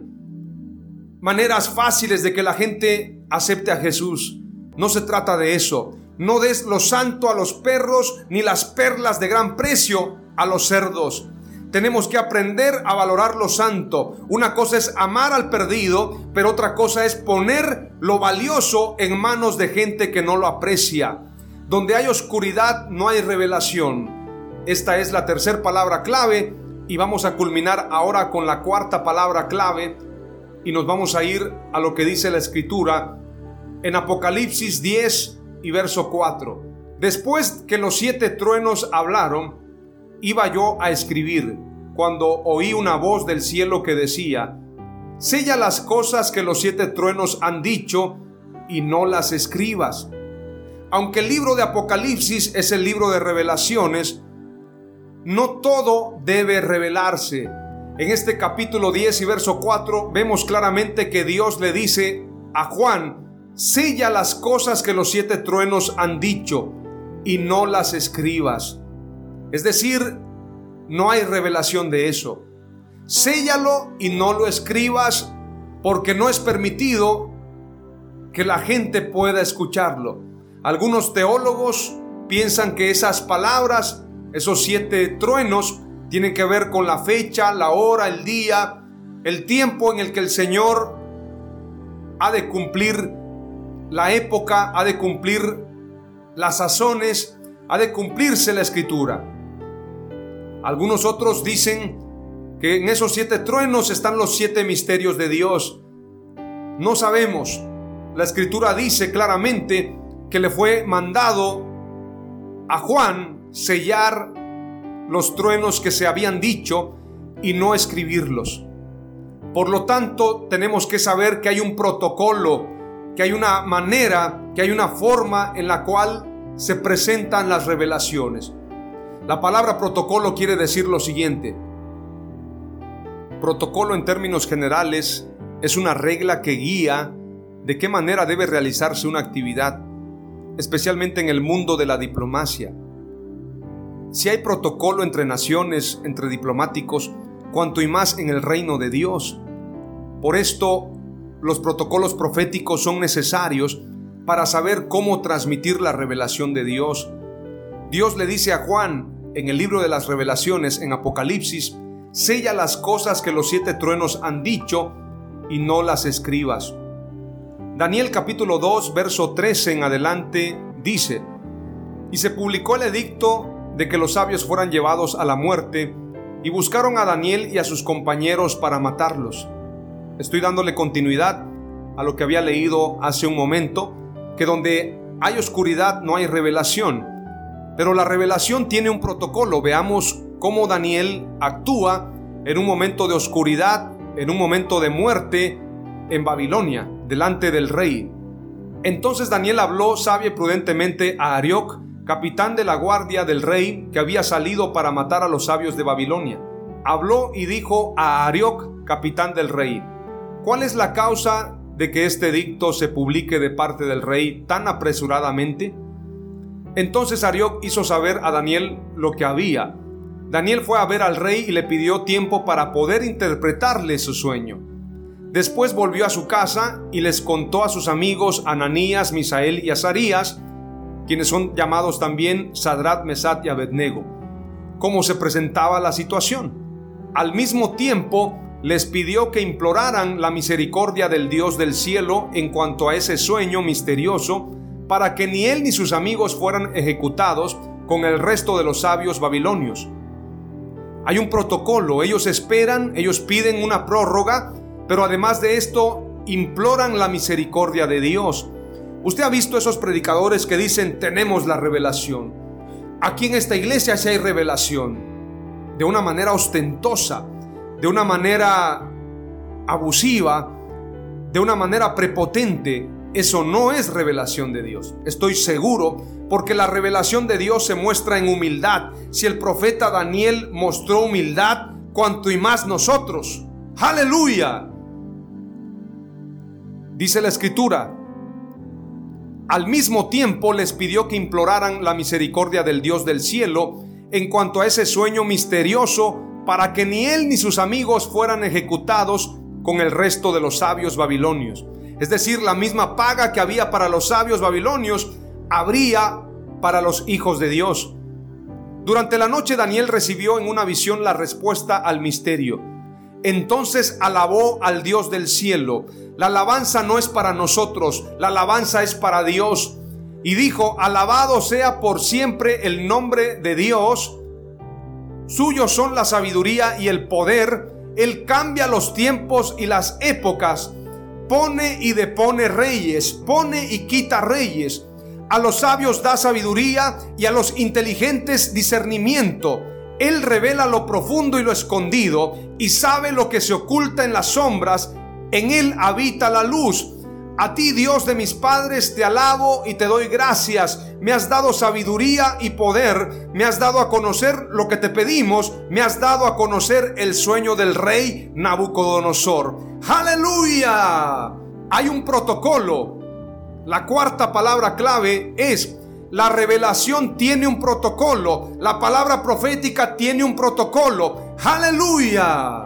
maneras fáciles de que la gente acepte a Jesús. No se trata de eso. No des lo santo a los perros, ni las perlas de gran precio a los cerdos. Tenemos que aprender a valorar lo santo. Una cosa es amar al perdido, pero otra cosa es poner lo valioso en manos de gente que no lo aprecia. Donde hay oscuridad no hay revelación. Esta es la tercera palabra clave, y vamos a culminar ahora con la cuarta palabra clave, y nos vamos a ir a lo que dice la Escritura en Apocalipsis 10 y verso 4. Después que los 7 truenos hablaron, iba yo a escribir, cuando oí una voz del cielo que decía: sella las cosas que los 7 truenos han dicho y no las escribas. Aunque el libro de Apocalipsis es el libro de revelaciones, no todo debe revelarse. En este capítulo 10 y verso 4 vemos claramente que Dios le dice a Juan: sella las cosas que los 7 truenos han dicho y no las escribas. Es decir, no hay revelación de eso. Séllalo y no lo escribas, porque no es permitido que la gente pueda escucharlo. Algunos teólogos piensan que esas palabras, esos 7 truenos, tienen que ver con la fecha, la hora, el día, el tiempo en el que el Señor ha de cumplir la época, ha de cumplir las sazones, ha de cumplirse la Escritura. Algunos otros dicen que en esos 7 truenos están los 7 misterios de Dios. No sabemos. La Escritura dice claramente que le fue mandado a Juan sellar los truenos que se habían dicho y no escribirlos. Por lo tanto, tenemos que saber que hay un protocolo, que hay una manera, que hay una forma en la cual se presentan las revelaciones. La palabra protocolo quiere decir lo siguiente. Protocolo, en términos generales, es una regla que guía de qué manera debe realizarse una actividad, especialmente en el mundo de la diplomacia. Si hay protocolo entre naciones, entre diplomáticos, cuanto y más en el reino de Dios. Por esto, los protocolos proféticos son necesarios para saber cómo transmitir la revelación de Dios. Dios le dice a Juan en el libro de las revelaciones, en Apocalipsis: sella las cosas que los 7 truenos han dicho y no las escribas. Daniel capítulo 2 verso 13 en adelante dice: y se publicó el edicto de que los sabios fueran llevados a la muerte, y buscaron a Daniel y a sus compañeros para matarlos. Estoy dándole continuidad a lo que había leído hace un momento, que donde hay oscuridad no hay revelación, pero la revelación tiene un protocolo. Veamos cómo Daniel actúa en un momento de oscuridad, en un momento de muerte en Babilonia, delante del rey. Entonces Daniel habló sabia y prudentemente a Arioc, capitán de la guardia del rey, que había salido para matar a los sabios de Babilonia. Habló y dijo a Arioc, capitán del rey: ¿cuál es la causa de que este edicto se publique de parte del rey tan apresuradamente? Entonces Arioc hizo saber a Daniel lo que había. Daniel fue a ver al rey y le pidió tiempo para poder interpretarle su sueño. Después volvió a su casa y les contó a sus amigos Ananías, Misael y Azarías, quienes son llamados también Sadrat, Mesat y Abednego, cómo se presentaba la situación. Al mismo tiempo les pidió que imploraran la misericordia del Dios del cielo en cuanto a ese sueño misterioso, para que ni él ni sus amigos fueran ejecutados con el resto de los sabios babilonios. Hay un protocolo, ellos esperan, ellos piden una prórroga, pero además de esto imploran la misericordia de Dios. Usted ha visto esos predicadores que dicen: tenemos la revelación. Aquí en esta iglesia sí hay revelación. De una manera ostentosa, de una manera abusiva, de una manera prepotente. Eso no es revelación de Dios. Estoy seguro, porque la revelación de Dios se muestra en humildad. Si el profeta Daniel mostró humildad, cuanto y más nosotros. ¡Aleluya! Dice la Escritura: al mismo tiempo les pidió que imploraran la misericordia del Dios del cielo en cuanto a ese sueño misterioso, para que ni él ni sus amigos fueran ejecutados con el resto de los sabios babilonios. Es decir, la misma paga que había para los sabios babilonios, habría para los hijos de Dios. Durante la noche Daniel recibió en una visión la respuesta al misterio. Entonces alabó al Dios del cielo. La alabanza no es para nosotros, la alabanza es para Dios. Y dijo: alabado sea por siempre el nombre de Dios. Suyos son la sabiduría y el poder. Él cambia los tiempos y las épocas. Pone y depone reyes, pone y quita reyes. A los sabios da sabiduría y a los inteligentes discernimiento. Él revela lo profundo y lo escondido, y sabe lo que se oculta en las sombras. En él habita la luz. A ti, Dios de mis padres, te alabo y te doy gracias. Me has dado sabiduría y poder. Me has dado a conocer lo que te pedimos. Me has dado a conocer el sueño del rey Nabucodonosor. ¡Aleluya! Hay un protocolo. La cuarta palabra clave es: la revelación tiene un protocolo. La palabra profética tiene un protocolo. ¡Aleluya!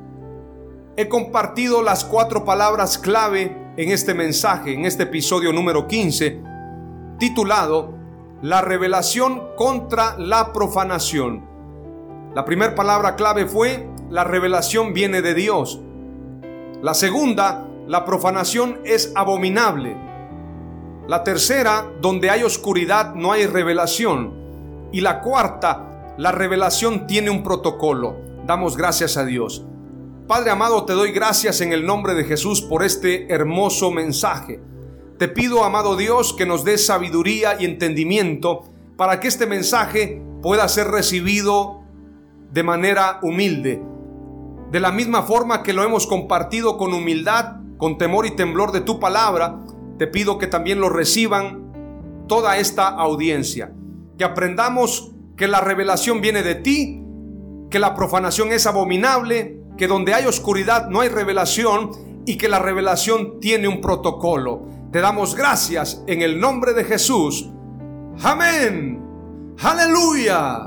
He compartido las 4 palabras clave en este mensaje, en este episodio número 15, titulado La revelación contra la profanación. La primera palabra clave fue: la revelación viene de Dios. La segunda: la profanación es abominable. La tercera: donde hay oscuridad no hay revelación. Y la cuarta: la revelación tiene un protocolo. Damos gracias a Dios. Padre amado, te doy gracias en el nombre de Jesús por este hermoso mensaje. Te pido, amado Dios, que nos des sabiduría y entendimiento para que este mensaje pueda ser recibido de manera humilde. De la misma forma que lo hemos compartido con humildad, con temor y temblor de tu palabra, te pido que también lo reciban toda esta audiencia. Que aprendamos que la revelación viene de ti, que la profanación es abominable, que donde hay oscuridad no hay revelación, y que la revelación tiene un protocolo. Te damos gracias en el nombre de Jesús. Amén. Aleluya.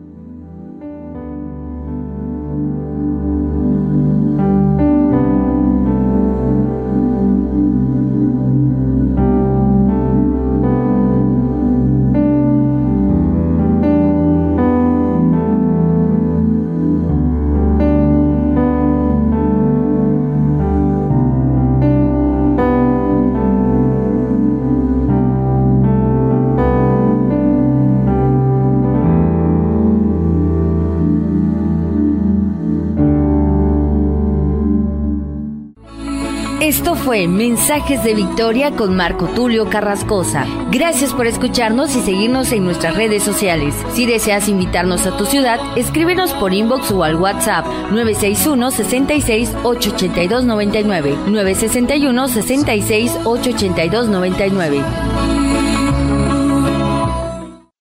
Esto fue Mensajes de Victoria con Marco Tulio Carrascosa. Gracias por escucharnos y seguirnos en nuestras redes sociales. Si deseas invitarnos a tu ciudad, escríbenos por inbox o al WhatsApp 961-66-882-99, 961-66-882-99.